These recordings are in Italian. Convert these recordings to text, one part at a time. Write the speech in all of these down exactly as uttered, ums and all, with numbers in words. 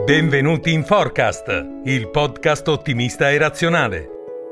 Benvenuti in Forecast, il podcast ottimista e razionale.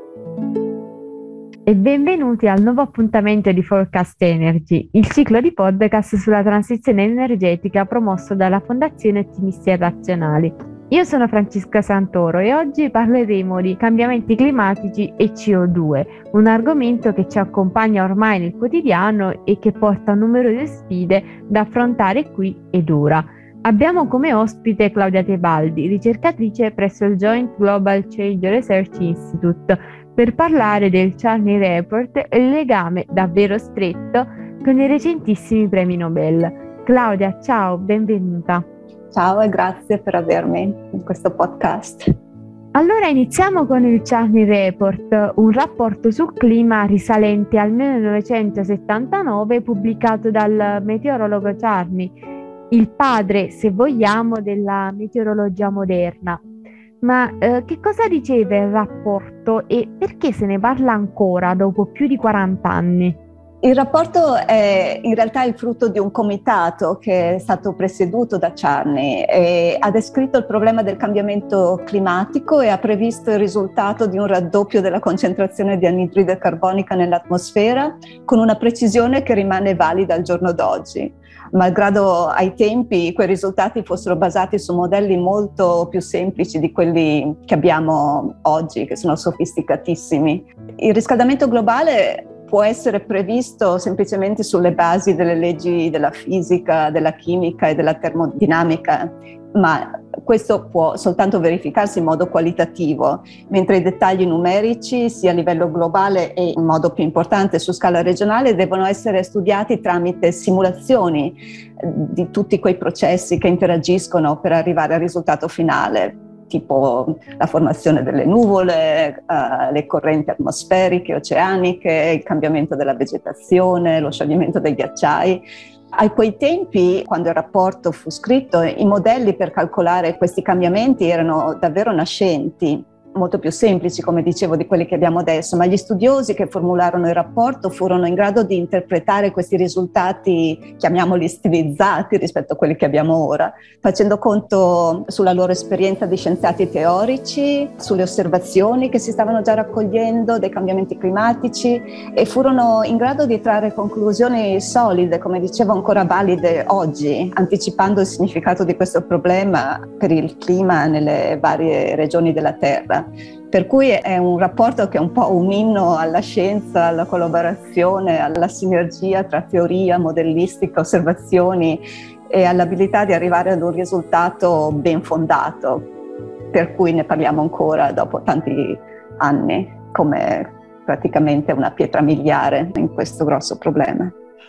E benvenuti al nuovo appuntamento di Forecast Energy, il ciclo di podcast sulla transizione energetica promosso dalla Fondazione Ottimisti e Razionali. Io sono Francesca Santoro e oggi parleremo di cambiamenti climatici e C O due, un argomento che ci accompagna ormai nel quotidiano e che porta numerose sfide da affrontare qui ed ora. Abbiamo come ospite Claudia Tebaldi, ricercatrice presso il Joint Global Change Research Institute, per parlare del Charney Report e il legame davvero stretto con i recentissimi premi Nobel. Claudia, ciao, benvenuta. Ciao e grazie per avermi in questo podcast. Allora iniziamo con il Charney Report, un rapporto sul clima risalente al millenovecentosettantanove pubblicato dal meteorologo Charney, il padre, se vogliamo, della meteorologia moderna. Ma eh, che cosa riceve il rapporto e perché se ne parla ancora dopo più di quaranta anni? Il rapporto è in realtà il frutto di un comitato che è stato presieduto da Charney e ha descritto il problema del cambiamento climatico e ha previsto il risultato di un raddoppio della concentrazione di anidride carbonica nell'atmosfera con una precisione che rimane valida al giorno d'oggi. Malgrado ai tempi quei risultati fossero basati su modelli molto più semplici di quelli che abbiamo oggi, che sono sofisticatissimi. Il riscaldamento globale può essere previsto semplicemente sulle basi delle leggi della fisica, della chimica e della termodinamica, ma questo può soltanto verificarsi in modo qualitativo, mentre i dettagli numerici, sia a livello globale e in modo più importante su scala regionale, devono essere studiati tramite simulazioni di tutti quei processi che interagiscono per arrivare al risultato finale, tipo la formazione delle nuvole, uh, le correnti atmosferiche, oceaniche, il cambiamento della vegetazione, lo scioglimento dei ghiacciai. A quei tempi, quando il rapporto fu scritto, i modelli per calcolare questi cambiamenti erano davvero nascenti, molto più semplici, come dicevo, di quelli che abbiamo adesso, ma gli studiosi che formularono il rapporto furono in grado di interpretare questi risultati, chiamiamoli stilizzati rispetto a quelli che abbiamo ora, facendo conto sulla loro esperienza di scienziati teorici, sulle osservazioni che si stavano già raccogliendo dei cambiamenti climatici e furono in grado di trarre conclusioni solide, come dicevo, ancora valide oggi, anticipando il significato di questo problema per il clima nelle varie regioni della Terra. Per cui è un rapporto che è un po' un inno alla scienza, alla collaborazione, alla sinergia tra teoria, modellistica, osservazioni e all'abilità di arrivare ad un risultato ben fondato, per cui ne parliamo ancora dopo tanti anni come praticamente una pietra miliare in questo grosso problema.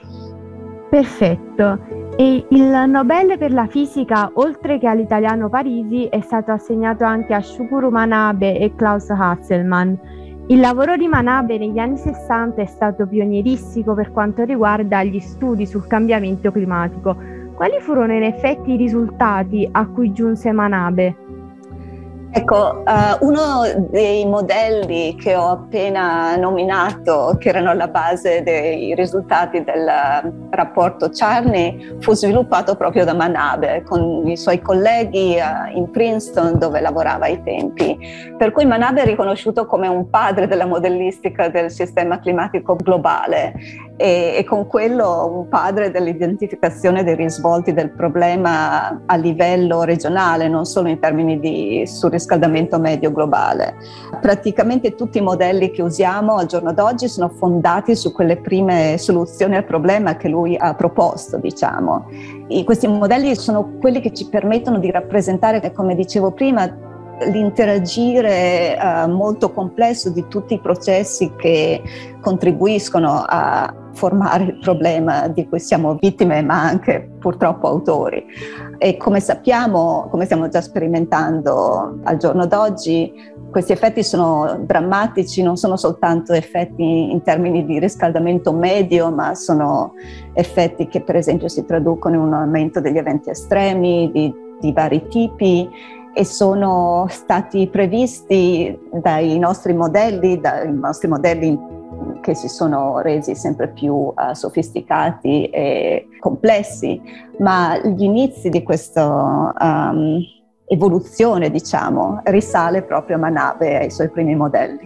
Perfetto. E il Nobel per la fisica, oltre che all'italiano Parisi, è stato assegnato anche a Shukuru Manabe e Klaus Hasselmann. Il lavoro di Manabe negli anni sessanta è stato pionieristico per quanto riguarda gli studi sul cambiamento climatico. Quali furono in effetti i risultati a cui giunse Manabe? Ecco, uh, uno dei modelli che ho appena nominato, che erano alla base dei risultati del rapporto Charney, fu sviluppato proprio da Manabe con i suoi colleghi uh, in Princeton, dove lavorava ai tempi. Per cui Manabe è riconosciuto come un padre della modellistica del sistema climatico globale e, e con quello un padre dell'identificazione dei risvolti del problema a livello regionale, non solo in termini di surriscaldamento medio globale. Praticamente tutti i modelli che usiamo al giorno d'oggi sono fondati su quelle prime soluzioni al problema che lui ha proposto, diciamo. E questi modelli sono quelli che ci permettono di rappresentare, come dicevo prima, l'interagire uh, molto complesso di tutti i processi che contribuiscono a formare il problema di cui siamo vittime, ma anche purtroppo autori. E come sappiamo, come stiamo già sperimentando al giorno d'oggi, questi effetti sono drammatici, non sono soltanto effetti in termini di riscaldamento medio, ma sono effetti che per esempio si traducono in un aumento degli eventi estremi di, di vari tipi, e sono stati previsti dai nostri modelli, dai nostri modelli che si sono resi sempre più uh, sofisticati e complessi, ma gli inizi di questo um, evoluzione, diciamo, risale proprio a Manabe e ai suoi primi modelli.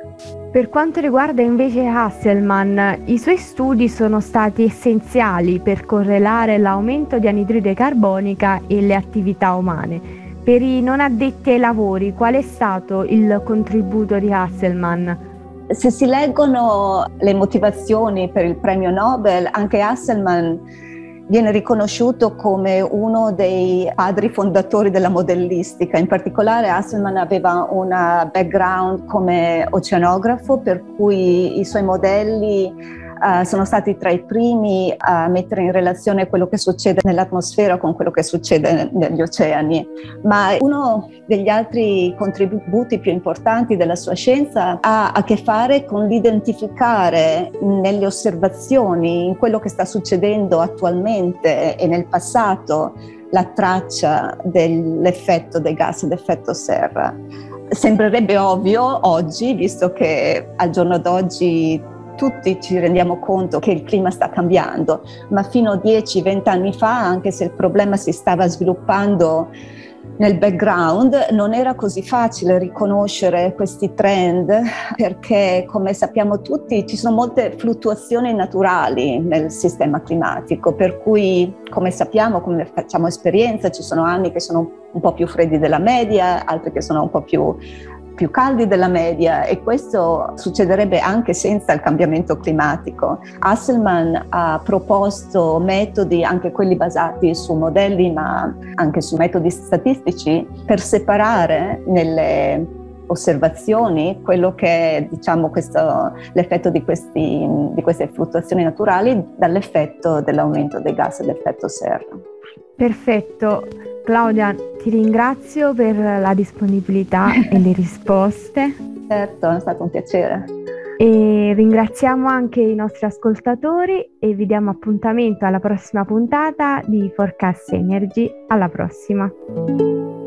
Per quanto riguarda invece Hasselmann, i suoi studi sono stati essenziali per correlare l'aumento di anidride carbonica e le attività umane. Per i non addetti ai lavori, qual è stato il contributo di Hasselmann? Se si leggono le motivazioni per il premio Nobel, anche Hasselmann viene riconosciuto come uno dei padri fondatori della modellistica. In particolare Hasselmann aveva un background come oceanografo, per cui i suoi modelli Uh, sono stati tra i primi a mettere in relazione quello che succede nell'atmosfera con quello che succede negli oceani. Ma uno degli altri contributi più importanti della sua scienza ha a che fare con l'identificare nelle osservazioni, in quello che sta succedendo attualmente e nel passato, la traccia dell'effetto dei gas ad effetto serra. Sembrerebbe ovvio oggi, visto che al giorno d'oggi tutti ci rendiamo conto che il clima sta cambiando, ma fino a dieci venti anni fa, anche se il problema si stava sviluppando nel background, non era così facile riconoscere questi trend, perché come sappiamo tutti ci sono molte fluttuazioni naturali nel sistema climatico, per cui come sappiamo, come facciamo esperienza, ci sono anni che sono un po' più freddi della media, altri che sono un po' più più caldi della media, e questo succederebbe anche senza il cambiamento climatico. Hasselmann ha proposto metodi, anche quelli basati su modelli ma anche su metodi statistici, per separare nelle osservazioni quello che è, diciamo, questo, l'effetto di, questi, di queste fluttuazioni naturali dall'effetto dell'aumento dei gas ad effetto serra. Perfetto. Claudia, ti ringrazio per la disponibilità e le risposte. Certo, è stato un piacere. E ringraziamo anche i nostri ascoltatori e vi diamo appuntamento alla prossima puntata di Forecast Energy. Alla prossima!